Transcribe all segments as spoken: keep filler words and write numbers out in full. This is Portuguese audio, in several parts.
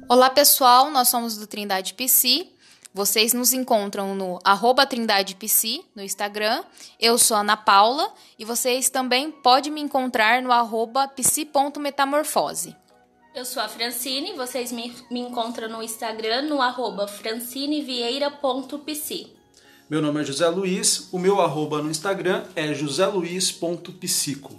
Olá pessoal, nós somos do Trindade Psi. Vocês nos encontram no arroba Trindade Psi no Instagram. Eu sou a Ana Paula e vocês também podem me encontrar no arroba psi.metamorfose. Eu sou a Francine, vocês me, me encontram no Instagram no arroba francinevieira.psi. Meu nome é José Luiz, o meu arroba no Instagram é joseluiz.psico.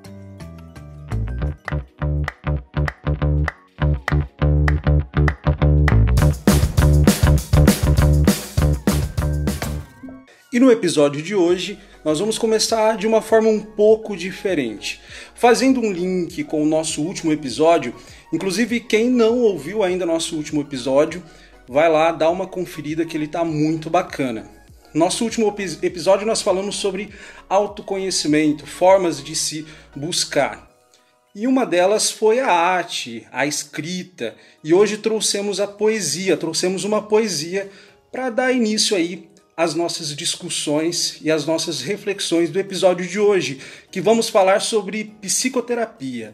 E no episódio de hoje, nós vamos começar de uma forma um pouco diferente, fazendo um link com o nosso último episódio. Inclusive, quem não ouviu ainda nosso último episódio, vai lá dar uma conferida que ele está muito bacana. Nosso último episódio nós falamos sobre autoconhecimento, formas de se buscar. E uma delas foi a arte, a escrita, e hoje trouxemos a poesia, trouxemos uma poesia para dar início aí as nossas discussões e as nossas reflexões do episódio de hoje, que vamos falar sobre psicoterapia.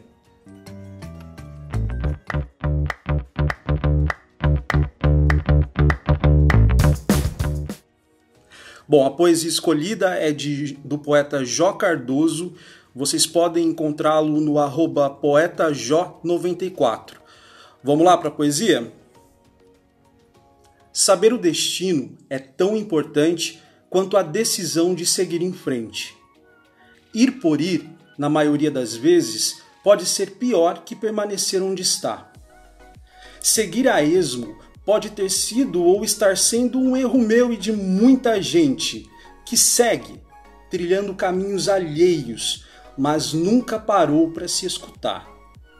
Bom, a poesia escolhida é de, do poeta Jó Cardoso. Vocês podem encontrá-lo no arroba poetajó noventa e quatro. Vamos lá para a poesia? Saber o destino é tão importante quanto a decisão de seguir em frente. Ir por ir, na maioria das vezes, pode ser pior que permanecer onde está. Seguir a esmo pode ter sido ou estar sendo um erro meu e de muita gente que segue, trilhando caminhos alheios, mas nunca parou para se escutar.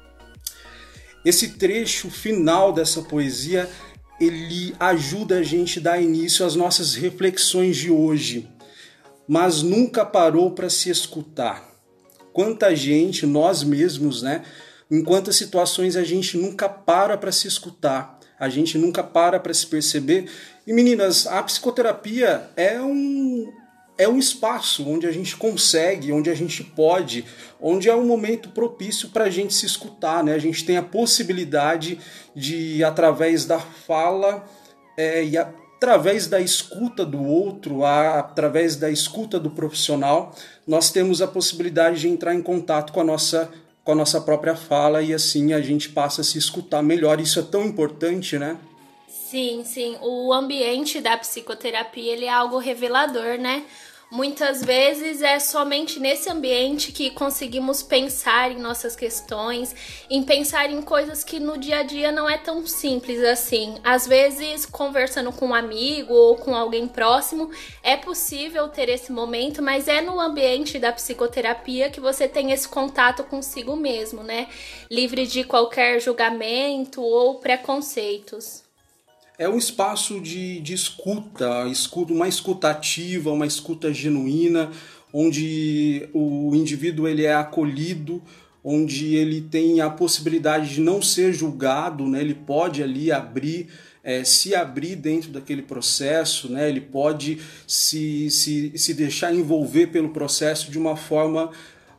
Esse trecho final dessa poesia ele ajuda a gente a dar início às nossas reflexões de hoje, mas nunca parou para se escutar. Quanta gente, nós mesmos, né? Em quantas situações a gente nunca para para se escutar, a gente nunca para para se perceber. E meninas, a psicoterapia é um, é um espaço onde a gente consegue, onde a gente pode, onde é um momento propício para a gente se escutar, né? A gente tem a possibilidade de, através da fala é, e através da escuta do outro, a, através da escuta do profissional, nós temos a possibilidade de entrar em contato com a nossa, com a nossa própria fala e assim a gente passa a se escutar melhor. Isso é tão importante, né? Sim, sim. O ambiente da psicoterapia ele é algo revelador, né? Muitas vezes é somente nesse ambiente que conseguimos pensar em nossas questões, em pensar em coisas que no dia a dia não é tão simples assim. Às vezes, conversando com um amigo ou com alguém próximo, é possível ter esse momento, mas é no ambiente da psicoterapia que você tem esse contato consigo mesmo, né? Livre de qualquer julgamento ou preconceitos. É um espaço de, de escuta, escuta, uma escuta ativa, uma escuta genuína, onde o indivíduo ele é acolhido, onde ele tem a possibilidade de não ser julgado, né? Ele pode ali abrir, é, se abrir dentro daquele processo, né? Ele pode se, se, se deixar envolver pelo processo de uma forma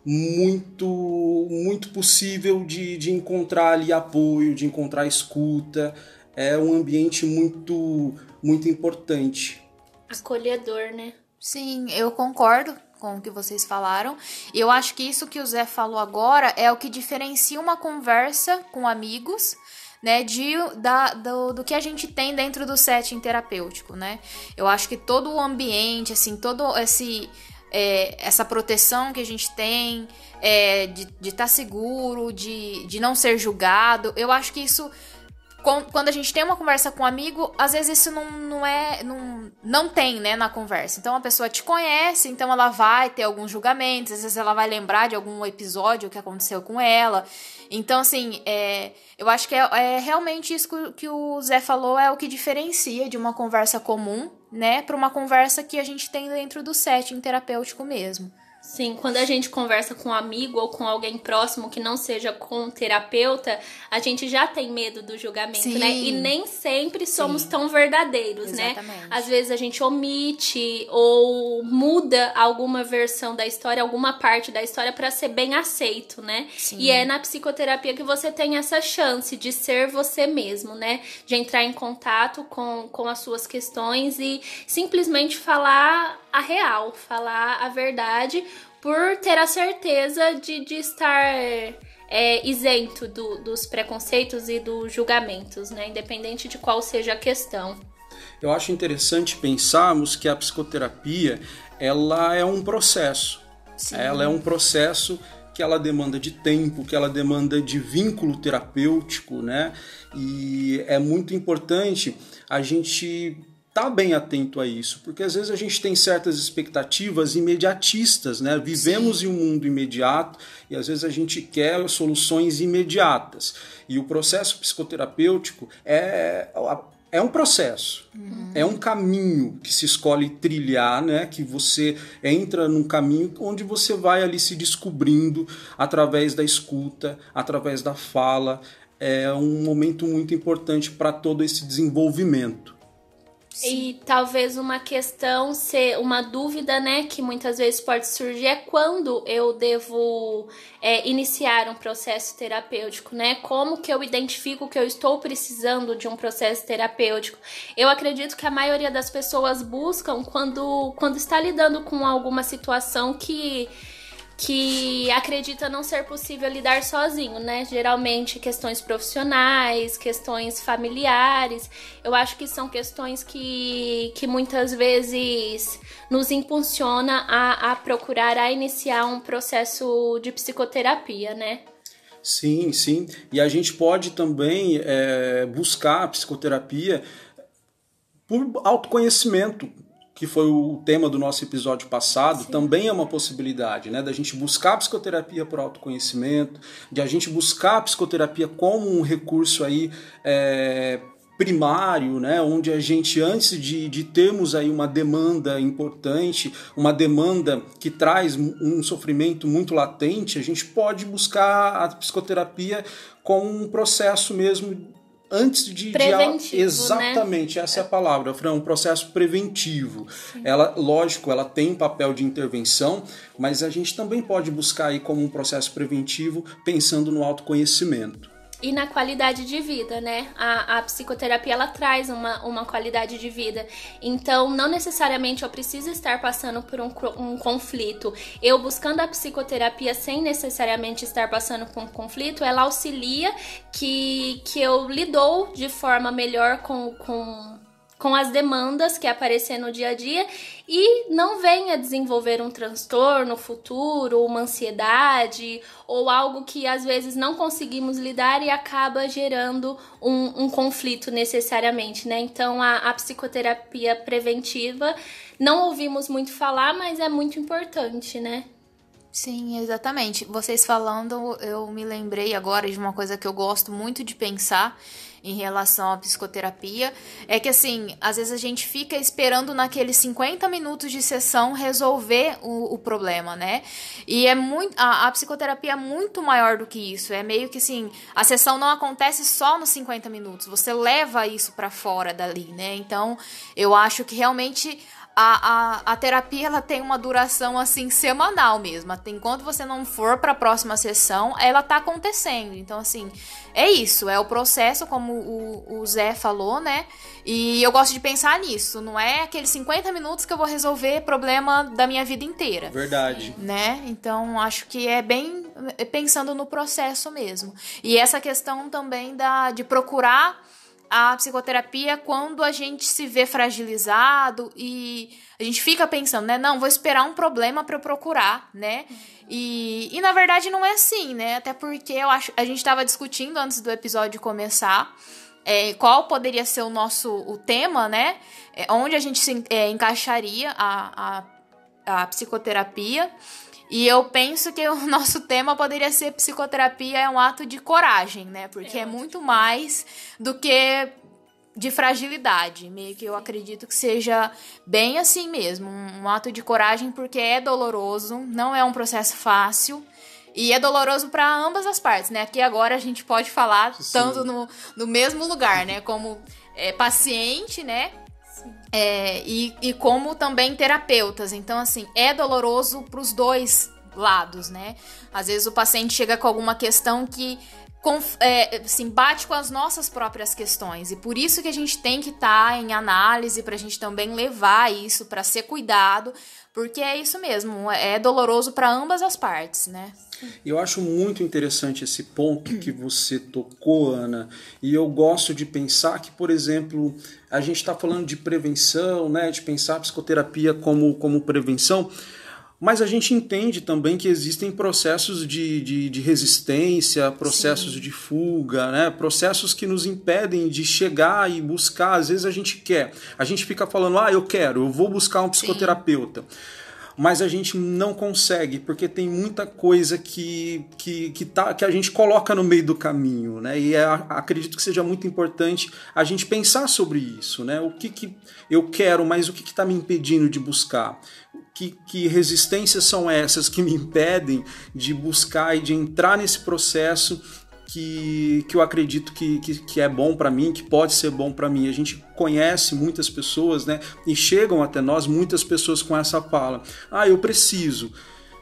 muito, muito possível de, de encontrar ali apoio, de encontrar escuta. É um ambiente muito, muito importante. Acolhedor, né? Sim, eu concordo com o que vocês falaram. Eu acho que isso que o Zé falou agora é o que diferencia uma conversa com amigos, né, de, da, do, do que a gente tem dentro do setting terapêutico, né? Eu acho que todo o ambiente, assim, todo esse... É, essa proteção que a gente tem, é, de estar tá seguro, de, de não ser julgado, eu acho que isso... Quando a gente tem uma conversa com um amigo, às vezes isso não, não é, não, não tem, né, na conversa. Então a pessoa te conhece, então ela vai ter alguns julgamentos, às vezes ela vai lembrar de algum episódio que aconteceu com ela. Então, assim, é, eu acho que é, é realmente isso que, que o Zé falou, é o que diferencia de uma conversa comum, né, para uma conversa que a gente tem dentro do setting terapêutico mesmo. Sim, quando a gente conversa com um amigo ou com alguém próximo que não seja com um terapeuta, a gente já tem medo do julgamento, Sim. né? E nem sempre somos Sim. tão verdadeiros, Exatamente. né? Às vezes a gente omite ou muda alguma versão da história, alguma parte da história para ser bem aceito, né? Sim. E é na psicoterapia que você tem essa chance de ser você mesmo, né? De entrar em contato com, com as suas questões e simplesmente falar a real, falar a verdade, por ter a certeza de, de estar é, isento do, dos preconceitos e dos julgamentos, né? Independente de qual seja a questão. Eu acho interessante pensarmos que a psicoterapia, ela é um processo. Sim. Ela é um processo que ela demanda de tempo, que ela demanda de vínculo terapêutico, né? E é muito importante a gente tá bem atento a isso, porque às vezes a gente tem certas expectativas imediatistas, né? Vivemos Sim. em um mundo imediato e às vezes a gente quer soluções imediatas. E o processo psicoterapêutico é, é um processo, uhum. é um caminho que se escolhe trilhar, né? Que você entra num caminho onde você vai ali se descobrindo através da escuta, através da fala. É um momento muito importante para todo esse desenvolvimento. Sim. E talvez uma questão, ser uma dúvida, né, que muitas vezes pode surgir é quando eu devo é, iniciar um processo terapêutico, né? Como que eu identifico que eu estou precisando de um processo terapêutico? Eu acredito que a maioria das pessoas buscam quando, quando está lidando com alguma situação que... que acredita não ser possível lidar sozinho, né? Geralmente questões profissionais, questões familiares. Eu acho que são questões que, que muitas vezes nos impulsiona a, a procurar, a iniciar um processo de psicoterapia, né? Sim, sim. E a gente pode também é, buscar a psicoterapia por autoconhecimento, que foi o tema do nosso episódio passado. Sim. Também é uma possibilidade, né, da gente buscar a psicoterapia por autoconhecimento, de a gente buscar a psicoterapia como um recurso aí, é, primário, né, onde a gente, antes de, de termos aí uma demanda importante, uma demanda que traz um sofrimento muito latente, a gente pode buscar a psicoterapia como um processo mesmo antes de... Preventivo, de exatamente, né? Essa é a palavra, Fran, um processo preventivo. Sim. Ela, lógico, ela tem um papel de intervenção, mas a gente também pode buscar aí como um processo preventivo, pensando no autoconhecimento. E na qualidade de vida, né? A, a psicoterapia, ela traz uma, uma qualidade de vida. Então, não necessariamente eu preciso estar passando por um, um conflito. Eu buscando a psicoterapia sem necessariamente estar passando por um conflito, ela auxilia que, que eu lidou de forma melhor com... com com as demandas que aparecem no dia a dia e não venha desenvolver um transtorno futuro, uma ansiedade ou algo que às vezes não conseguimos lidar e acaba gerando um, um conflito necessariamente, né? Então a, a psicoterapia preventiva não ouvimos muito falar, mas é muito importante, né? Sim, exatamente. Vocês falando, eu me lembrei agora de uma coisa que eu gosto muito de pensar em relação à psicoterapia, é que assim, às vezes a gente fica esperando naqueles cinquenta minutos de sessão resolver o, o problema, né? E é muito, a, a psicoterapia é muito maior do que isso, é meio que assim, a sessão não acontece só nos cinquenta minutos, você leva isso pra fora dali, né? Então, eu acho que realmente A, a, a terapia, ela tem uma duração, assim, semanal mesmo. Enquanto você não for para a próxima sessão, ela tá acontecendo. Então, assim, é isso. É o processo, como o, o Zé falou, né? E eu gosto de pensar nisso. Não é aqueles cinquenta minutos que eu vou resolver problema da minha vida inteira. Verdade. Né? Então, acho que é bem pensando no processo mesmo. E essa questão também da, de procurar a psicoterapia quando a gente se vê fragilizado e a gente fica pensando, né? Não, vou esperar um problema para eu procurar, né? E, e na verdade não é assim, né? Até porque eu acho, a gente estava discutindo antes do episódio começar é, qual poderia ser o nosso o tema, né? É, onde a gente se é, encaixaria a, a, a psicoterapia. E eu penso que o nosso tema poderia ser psicoterapia é um ato de coragem, né? Porque é, é muito mais do que de fragilidade, meio que eu acredito que seja bem assim mesmo, um, um ato de coragem, porque é doloroso, não é um processo fácil, e é doloroso para ambas as partes, né? Aqui agora a gente pode falar Sim. tanto no, no mesmo lugar, né? Como é, paciente, né? É, e, e como também terapeutas. Então, assim, é doloroso para os dois lados, né? Às vezes o paciente chega com alguma questão que conf, é, assim, bate com as nossas próprias questões. E por isso que a gente tem que estar tá em análise, para a gente também levar isso para ser cuidado, porque é isso mesmo, é doloroso para ambas as partes, né? Eu acho muito interessante esse ponto que você tocou, Ana, e eu gosto de pensar que, por exemplo, a gente está falando de prevenção, né, de pensar a psicoterapia como, como prevenção, mas a gente entende também que existem processos de, de, de resistência, processos Sim. de fuga, né? Processos que nos impedem de chegar e buscar. Às vezes a gente quer, a gente fica falando, ah, eu quero, eu vou buscar um psicoterapeuta. Sim. Mas a gente não consegue, porque tem muita coisa que, que, que, tá, que a gente coloca no meio do caminho, né? E é, acredito que seja muito importante a gente pensar sobre isso, né? O que, que eu quero, mas o que está me impedindo de buscar? Que, que resistências são essas que me impedem de buscar e de entrar nesse processo que, que eu acredito que, que, que é bom para mim, que pode ser bom para mim. A gente conhece muitas pessoas, né? E chegam até nós muitas pessoas com essa fala. Ah, eu preciso,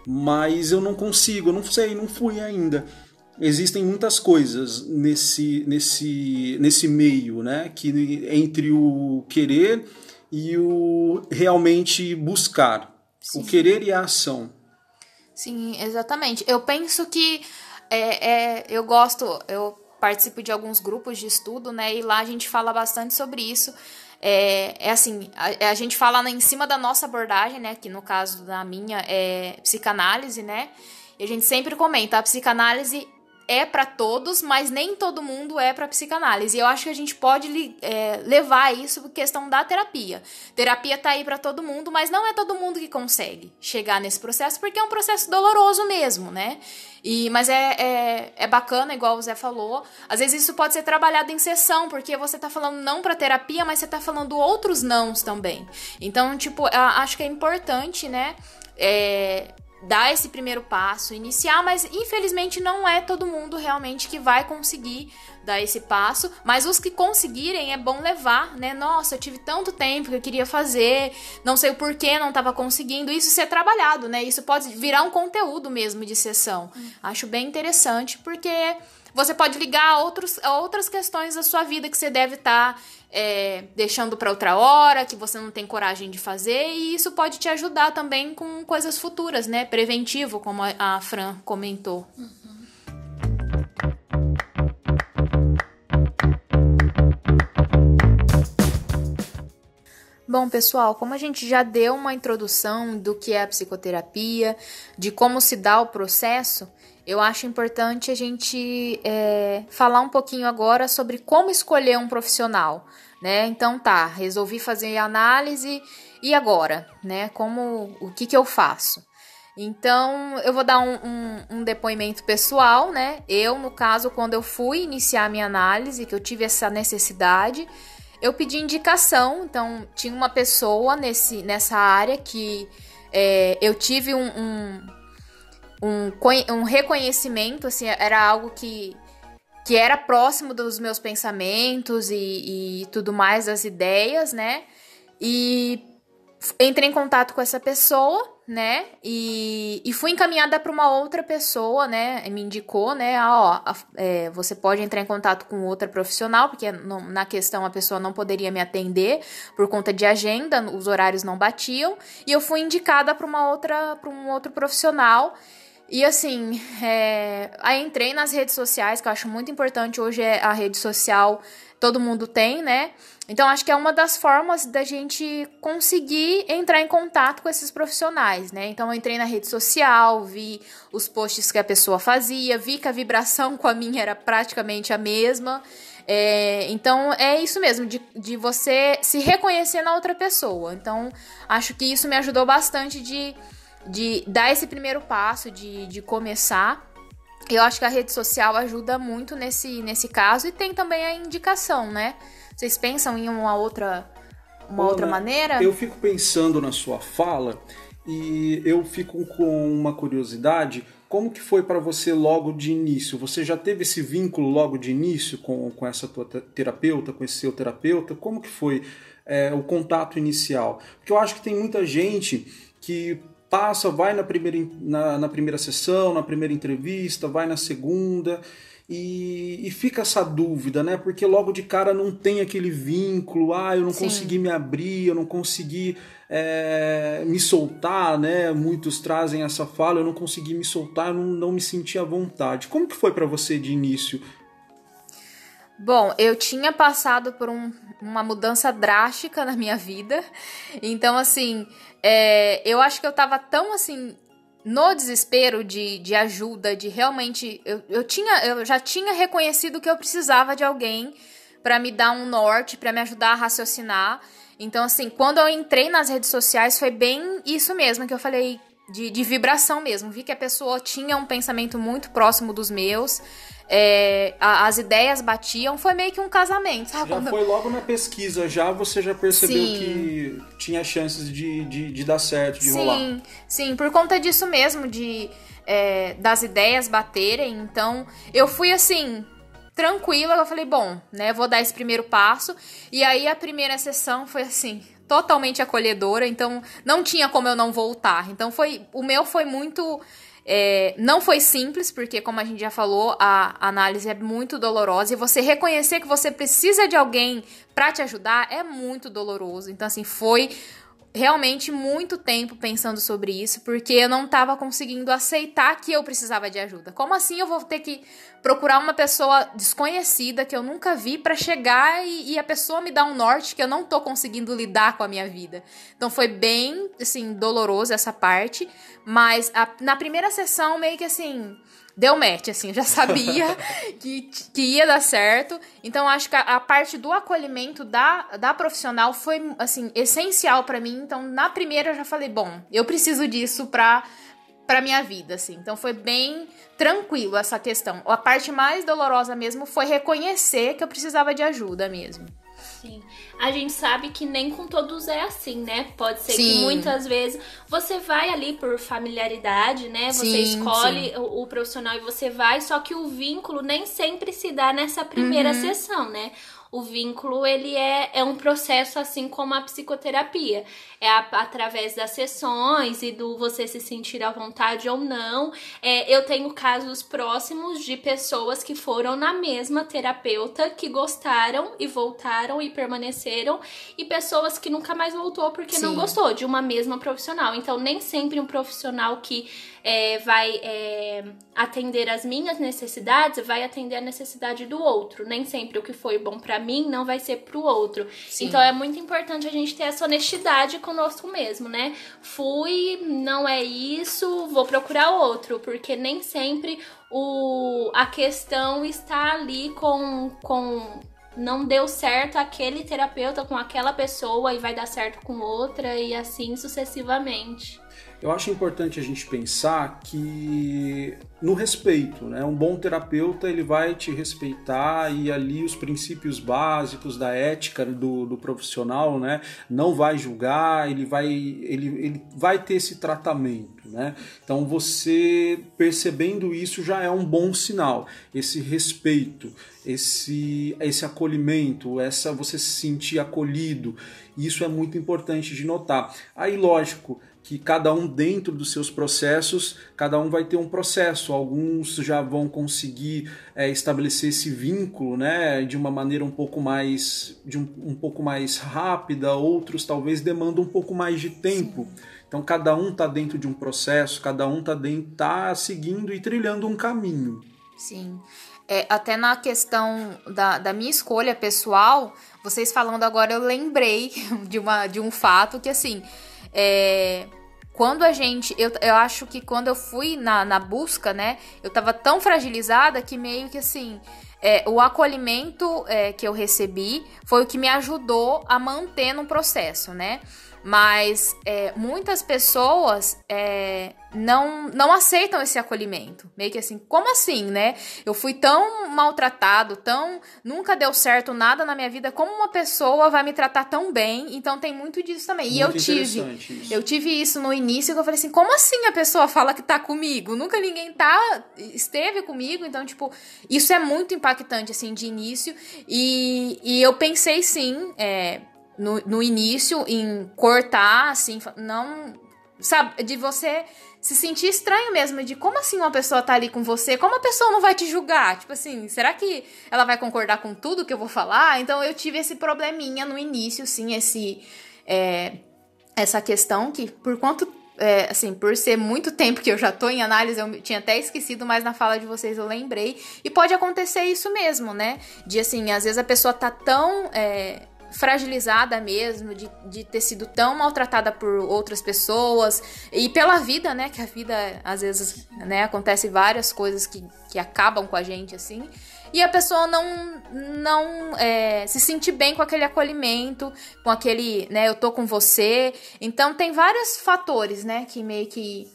mas eu não consigo, eu não sei, não fui ainda. Existem muitas coisas nesse, nesse, nesse meio, né? Que entre o querer e o realmente buscar. Sim. O querer e a ação. Sim, exatamente. Eu penso que é, é, eu gosto, eu participo de alguns grupos de estudo, né? E lá a gente fala bastante sobre isso. É, é assim, a, a gente fala em cima da nossa abordagem, né? Que no caso da minha é psicanálise, né? E a gente sempre comenta, a psicanálise é para todos, mas nem todo mundo é para psicanálise. E eu acho que a gente pode é, levar isso por questão da terapia. Terapia tá aí para todo mundo, mas não é todo mundo que consegue chegar nesse processo, porque é um processo doloroso mesmo, né? E, mas é, é, é bacana, igual o Zé falou. Às vezes isso pode ser trabalhado em sessão, porque você tá falando não para terapia, mas você tá falando outros nãos também. Então, tipo, acho que é importante, né? É... dar esse primeiro passo, iniciar, mas infelizmente não é todo mundo realmente que vai conseguir dar esse passo, mas os que conseguirem é bom levar, né? Nossa, eu tive tanto tempo que eu queria fazer, não sei o porquê, não estava conseguindo, isso ser trabalhado, né? Isso pode virar um conteúdo mesmo de sessão. Hum. Acho bem interessante, porque você pode ligar a, outros, a outras questões da sua vida que você deve estar tá, é, deixando para outra hora, que você não tem coragem de fazer, e isso pode te ajudar também com coisas futuras, né? Preventivo, como a, a Fran comentou. Uhum. Bom, pessoal, como a gente já deu uma introdução do que é a psicoterapia, de como se dá o processo, eu acho importante a gente é, falar um pouquinho agora sobre como escolher um profissional, né? Então tá, resolvi fazer a análise, e agora, né? Como, o que que eu faço? Então, eu vou dar um, um, um depoimento pessoal, né? Eu, no caso, quando eu fui iniciar a minha análise, que eu tive essa necessidade, eu pedi indicação. Então, tinha uma pessoa nesse, nessa área que é, eu tive um... um Um, um reconhecimento, assim, era algo que, que era próximo dos meus pensamentos e, e tudo mais, das ideias, né? E entrei em contato com essa pessoa, né? E, e fui encaminhada para uma outra pessoa, né? Me indicou, né? Ah, ó, é, você pode entrar em contato com outra profissional, porque não, na questão a pessoa não poderia me atender por conta de agenda, os horários não batiam. E eu fui indicada para uma outra, para um outro profissional. E assim, é, aí entrei nas redes sociais, que eu acho muito importante. Hoje é a rede social, todo mundo tem, né? Então acho que é uma das formas da gente conseguir entrar em contato com esses profissionais, né? Então eu entrei na rede social, vi os posts que a pessoa fazia, vi que a vibração com a minha era praticamente a mesma. É, então é isso mesmo, de, de você se reconhecer na outra pessoa. Então acho que isso me ajudou bastante de... de dar esse primeiro passo, de, de começar. eu acho que a rede social ajuda muito nesse, nesse caso, e tem também a indicação, né? Vocês pensam em uma outra, uma Ana, outra maneira? Eu fico pensando na sua fala e eu fico com uma curiosidade. Como que foi para você logo de início? Você já teve esse vínculo logo de início com, com essa tua terapeuta, com esse seu terapeuta? Como que foi é, o contato inicial? Porque eu acho que tem muita gente que passa, vai na primeira, na, na primeira sessão, na primeira entrevista, vai na segunda e, e fica essa dúvida, né? Porque logo de cara não tem aquele vínculo, ah, eu não Sim. consegui me abrir, eu não consegui é, me soltar, né? Muitos trazem essa fala, eu não consegui me soltar, eu não, não me senti à vontade. Como que foi para você de início? Bom, eu tinha passado por um, uma mudança drástica na minha vida, então, assim, é, eu acho que eu tava tão, assim, no desespero de, de ajuda, de realmente... Eu, eu, tinha, eu já tinha reconhecido que eu precisava de alguém pra me dar um norte, pra me ajudar a raciocinar. Então, assim, quando eu entrei nas redes sociais, foi bem isso mesmo que eu falei, de, de vibração mesmo. Vi que a pessoa tinha um pensamento muito próximo dos meus, é, a, as ideias batiam, foi meio que um casamento, sabe? Já Quando... foi logo na pesquisa, já você já percebeu Sim. que tinha chances de, de, de dar certo, de sim, rolar. Sim, sim, por conta disso mesmo, de, é, das ideias baterem. Então, eu fui assim, tranquila, eu falei, bom, né, vou dar esse primeiro passo. E aí a primeira sessão foi assim, totalmente acolhedora, então não tinha como eu não voltar. Então foi, o meu foi muito... É, não foi simples, porque, como a gente já falou, a análise é muito dolorosa, e você reconhecer que você precisa de alguém pra te ajudar é muito doloroso. Então, assim, foi realmente muito tempo pensando sobre isso, porque eu não tava conseguindo aceitar que eu precisava de ajuda. Como assim eu vou ter que procurar uma pessoa desconhecida que eu nunca vi pra chegar e, e a pessoa me dar um norte que eu não tô conseguindo lidar com a minha vida? Então foi bem, assim, doloroso essa parte, mas a, na primeira sessão meio que assim... deu match, assim, eu já sabia que, que ia dar certo. Então, acho que a, a parte do acolhimento da, da profissional foi, assim, essencial pra mim. Então, na primeira eu já falei, bom, eu preciso disso pra, pra minha vida, assim. Então, foi bem tranquilo essa questão. A parte mais dolorosa mesmo foi reconhecer que eu precisava de ajuda mesmo. Sim. A gente sabe que nem com todos é assim, né? Pode ser Sim. que muitas vezes você vai ali por familiaridade, né? Você Sim, escolhe sim. o, o profissional e você vai, só que o vínculo nem sempre se dá nessa primeira Uhum. sessão, né? O vínculo, ele é, é um processo assim como a psicoterapia. É a, através das sessões e do você se sentir à vontade ou não. É, eu tenho casos próximos de pessoas que foram na mesma terapeuta, que gostaram e voltaram e permaneceram, e pessoas que nunca mais voltou porque Sim. não gostou de uma mesma profissional. Então, nem sempre um profissional que é, vai é, atender as minhas necessidades vai atender a necessidade do outro. Nem sempre o que foi bom pra mim não vai ser pro outro. Sim. Então, é muito importante a gente ter essa honestidade conosco mesmo, né? Fui, não é isso, vou procurar outro, porque nem sempre o, a questão está ali com, com não deu certo aquele terapeuta com aquela pessoa e vai dar certo com outra e assim sucessivamente. Eu acho importante a gente pensar que no respeito, né? Um bom terapeuta, ele vai te respeitar, e ali os princípios básicos da ética do, do profissional, né? Não vai julgar, ele vai, ele, ele vai ter esse tratamento, né? Então você percebendo isso já é um bom sinal, esse respeito, esse, esse acolhimento, essa, você se sentir acolhido, isso é muito importante de notar. Aí, lógico, que cada um dentro dos seus processos, cada um vai ter um processo. Alguns já vão conseguir é, estabelecer esse vínculo, né, de uma maneira um pouco mais, de um, um pouco mais rápida, outros talvez demandam um pouco mais de tempo. Sim. Então cada um está dentro de um processo, cada um está tá seguindo e trilhando um caminho. Sim. É, até na questão da, da minha escolha pessoal, vocês falando agora, eu lembrei de, uma, de um fato que, assim, é, quando a gente, eu, eu acho que quando eu fui na, na busca, né, eu tava tão fragilizada que meio que, assim, é, o acolhimento é, que eu recebi foi o que me ajudou a manter no processo, né. Mas é, muitas pessoas é, não, não aceitam esse acolhimento. Meio que assim, como assim, né? Eu fui tão maltratado, tão... Nunca deu certo nada na minha vida, como uma pessoa vai me tratar tão bem? Então tem muito disso também. E eu tive, isso. eu tive isso no início, que eu falei assim, como assim a pessoa fala que tá comigo? Nunca ninguém tá, esteve comigo, então, tipo, isso é muito impactante, assim, de início. E, e eu pensei, sim, é, no, no início, em cortar, assim, não... Sabe, de você se sentir estranho mesmo, de como assim uma pessoa tá ali com você, como a pessoa não vai te julgar? Tipo assim, será que ela vai concordar com tudo que eu vou falar? Então eu tive esse probleminha no início, sim, esse, é, essa questão que por quanto, é, assim, por ser muito tempo que eu já tô em análise, eu tinha até esquecido, mas na fala de vocês eu lembrei, e pode acontecer isso mesmo, né? De assim, às vezes a pessoa tá tão... É, fragilizada mesmo, de, de ter sido tão maltratada por outras pessoas e pela vida, né, que a vida às vezes, né, acontece várias coisas que, que acabam com a gente, assim, e a pessoa não, não é, se sentir bem com aquele acolhimento, com aquele, né, eu tô com você, então tem vários fatores, né, que meio que,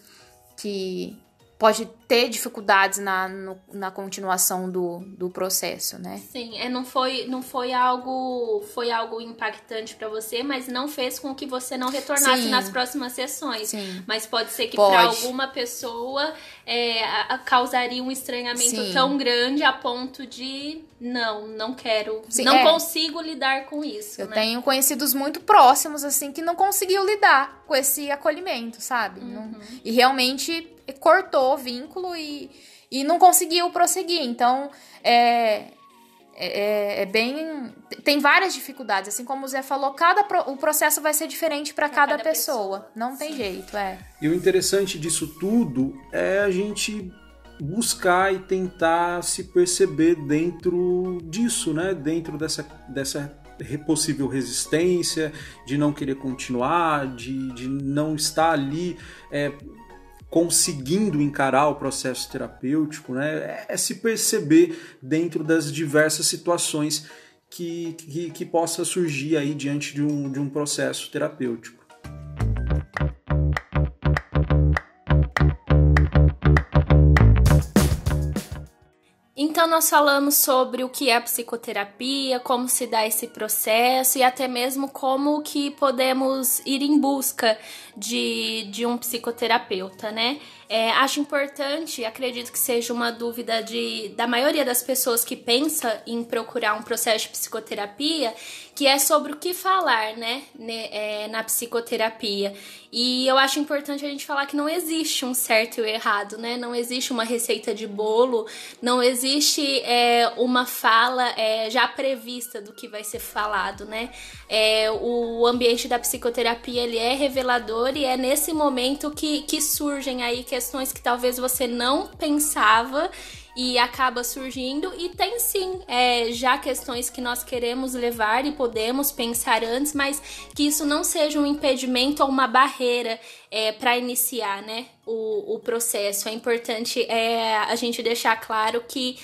que pode ter dificuldades na, no, na continuação do, do processo, né? Sim, é, não foi, não foi algo foi algo impactante pra você, mas não fez com que você não retornasse Sim. nas próximas sessões. Sim. Mas pode ser que para alguma pessoa é, a, a causaria um estranhamento Sim. tão grande a ponto de não, não quero, Sim, não é. consigo lidar com isso. Eu né? tenho conhecidos muito próximos, assim, que não conseguiu lidar com esse acolhimento, sabe? Uhum. Não, e realmente cortou o vínculo e, e não conseguiu prosseguir. Então, é, é, é bem... Tem várias dificuldades. Assim como o Zé falou, cada pro, o processo vai ser diferente para cada, cada pessoa. pessoa. Não Sim. tem jeito, é. E o interessante disso tudo é a gente buscar e tentar se perceber dentro disso, né? Dentro dessa... dessa possível resistência, de não querer continuar, de, de não estar ali é, conseguindo encarar o processo terapêutico, né? É, é se perceber dentro das diversas situações que, que, que possa surgir aí diante de um, de um processo terapêutico. Então nós falamos sobre o que é a psicoterapia, como se dá esse processo e até mesmo como que podemos ir em busca de, de um psicoterapeuta, né? É, acho importante, acredito que seja uma dúvida de, da maioria das pessoas que pensa em procurar um processo de psicoterapia, que é sobre o que falar, né, né é, na psicoterapia. E eu acho importante a gente falar que não existe um certo e o errado, né? Não existe uma receita de bolo, não existe é, uma fala é, já prevista do que vai ser falado, né? É, o ambiente da psicoterapia, ele é revelador e é nesse momento que, que surgem aí questões que talvez você não pensava e acaba surgindo, e tem sim é, já questões que nós queremos levar e podemos pensar antes, mas que isso não seja um impedimento ou uma barreira é, para iniciar, né, o, o processo. É importante é, a gente deixar claro que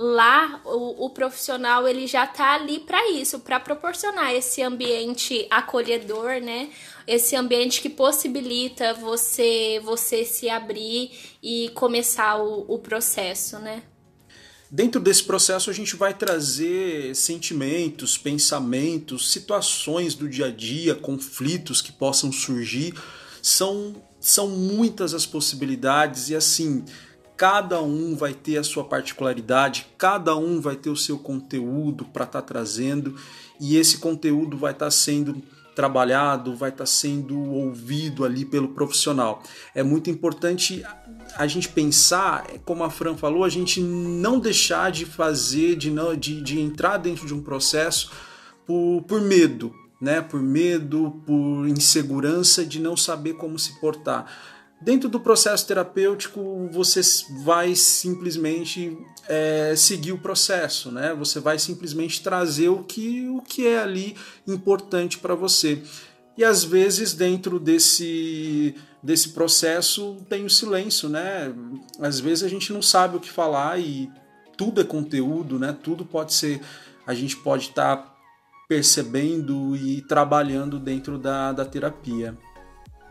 lá o, o profissional ele já está ali para isso, para proporcionar esse ambiente acolhedor, né, esse ambiente que possibilita você, você se abrir e começar o, o processo, né? Dentro desse processo a gente vai trazer sentimentos, pensamentos, situações do dia a dia, conflitos que possam surgir. São, são muitas as possibilidades e assim, cada um vai ter a sua particularidade, cada um vai ter o seu conteúdo para estar trazendo e esse conteúdo vai estar sendo trabalhado, vai estar sendo ouvido ali pelo profissional. É muito importante a gente pensar, como a Fran falou, a gente não deixar de fazer, de, não, de, de entrar dentro de um processo por, por medo, né? Por medo, por insegurança de não saber como se portar. Dentro do processo terapêutico, você vai simplesmente é, seguir o processo, né? Você vai simplesmente trazer o que, o que é ali importante para você. E às vezes dentro desse, desse processo tem o silêncio, né? Às vezes a gente não sabe o que falar e tudo é conteúdo, né? Tudo pode ser, a gente pode estar tá percebendo e trabalhando dentro da, da terapia.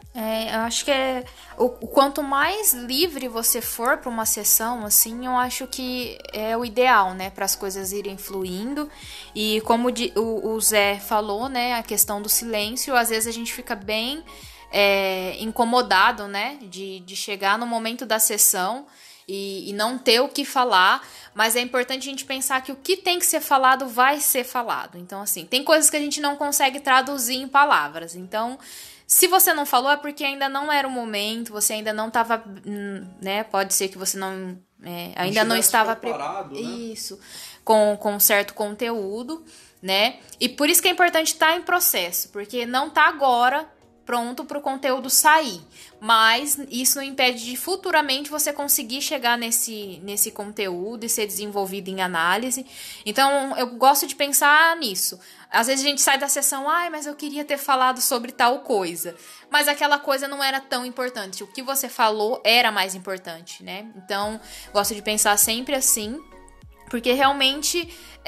É, eu acho que é o, o quanto mais livre você for para uma sessão, assim, eu acho que é o ideal, né, para as coisas irem fluindo. E como o, o Zé falou, né, a questão do silêncio, às vezes a gente fica bem é, incomodado, né, de, de chegar no momento da sessão e, e não ter o que falar, mas é importante a gente pensar que o que tem que ser falado vai ser falado. Então, assim, tem coisas que a gente não consegue traduzir em palavras, então... Se você não falou, é porque ainda não era o momento, você ainda não estava, né? Pode ser que você não, é, ainda não, não estava preparado, pre... né? Isso, com, com certo conteúdo, né? E por isso que é importante estar em processo, porque não está agora pronto para o conteúdo sair, mas isso não impede de futuramente você conseguir chegar nesse, nesse conteúdo e ser desenvolvido em análise. Então, eu gosto de pensar nisso. Às vezes a gente sai da sessão, ai, mas eu queria ter falado sobre tal coisa. Mas aquela coisa não era tão importante. O que você falou era mais importante, né? Então, gosto de pensar sempre assim, porque realmente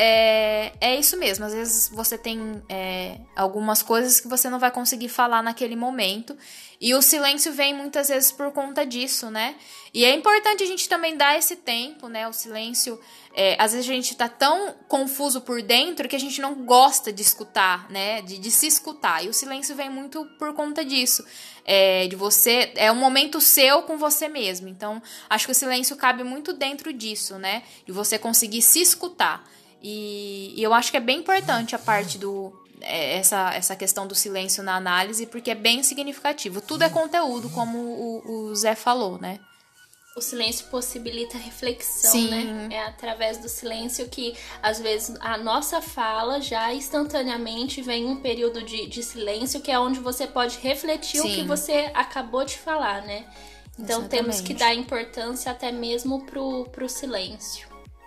é, é isso mesmo. Às vezes você tem é, algumas coisas que você não vai conseguir falar naquele momento. E o silêncio vem muitas vezes por conta disso, né? E é importante a gente também dar esse tempo, né? O silêncio, é, às vezes a gente tá tão confuso por dentro que a gente não gosta de escutar, né? De, de se escutar. E o silêncio vem muito por conta disso. É, de você, é um momento seu com você mesmo. Então, acho que o silêncio cabe muito dentro disso, né? De você conseguir se escutar. E, e eu acho que é bem importante a parte do... Essa, essa questão do silêncio na análise, porque é bem significativo. Tudo é conteúdo, como o, o Zé falou, né? O silêncio possibilita reflexão, Sim. né? É através do silêncio que, às vezes, a nossa fala já instantaneamente vem um período de, de silêncio, que é onde você pode refletir Sim. o que você acabou de falar, né? Então, Exatamente. Temos que dar importância até mesmo pro, pro silêncio.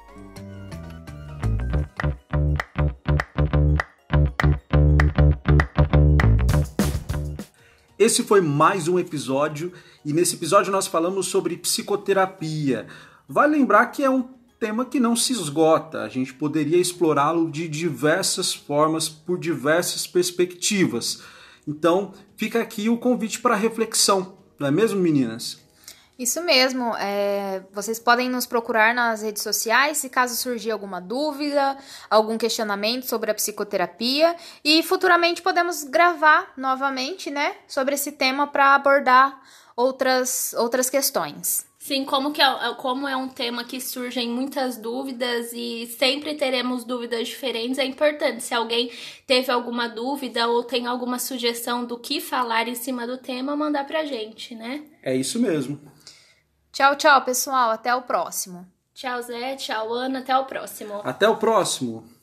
Esse foi mais um episódio, e nesse episódio nós falamos sobre psicoterapia. Vale lembrar que é um tema que não se esgota, a gente poderia explorá-lo de diversas formas, por diversas perspectivas. Então, fica aqui o convite para reflexão, não é mesmo, meninas? Isso mesmo, é, vocês podem nos procurar nas redes sociais se caso surgir alguma dúvida, algum questionamento sobre a psicoterapia, e futuramente podemos gravar novamente, né, sobre esse tema para abordar outras, outras questões. Sim, como, que é, como é um tema que surgem muitas dúvidas e sempre teremos dúvidas diferentes, é importante, se alguém teve alguma dúvida ou tem alguma sugestão do que falar em cima do tema, mandar pra gente, né? É isso mesmo. Tchau, tchau, pessoal. Até o próximo. Tchau, Zé. Tchau, Ana. Até o próximo. Até o próximo.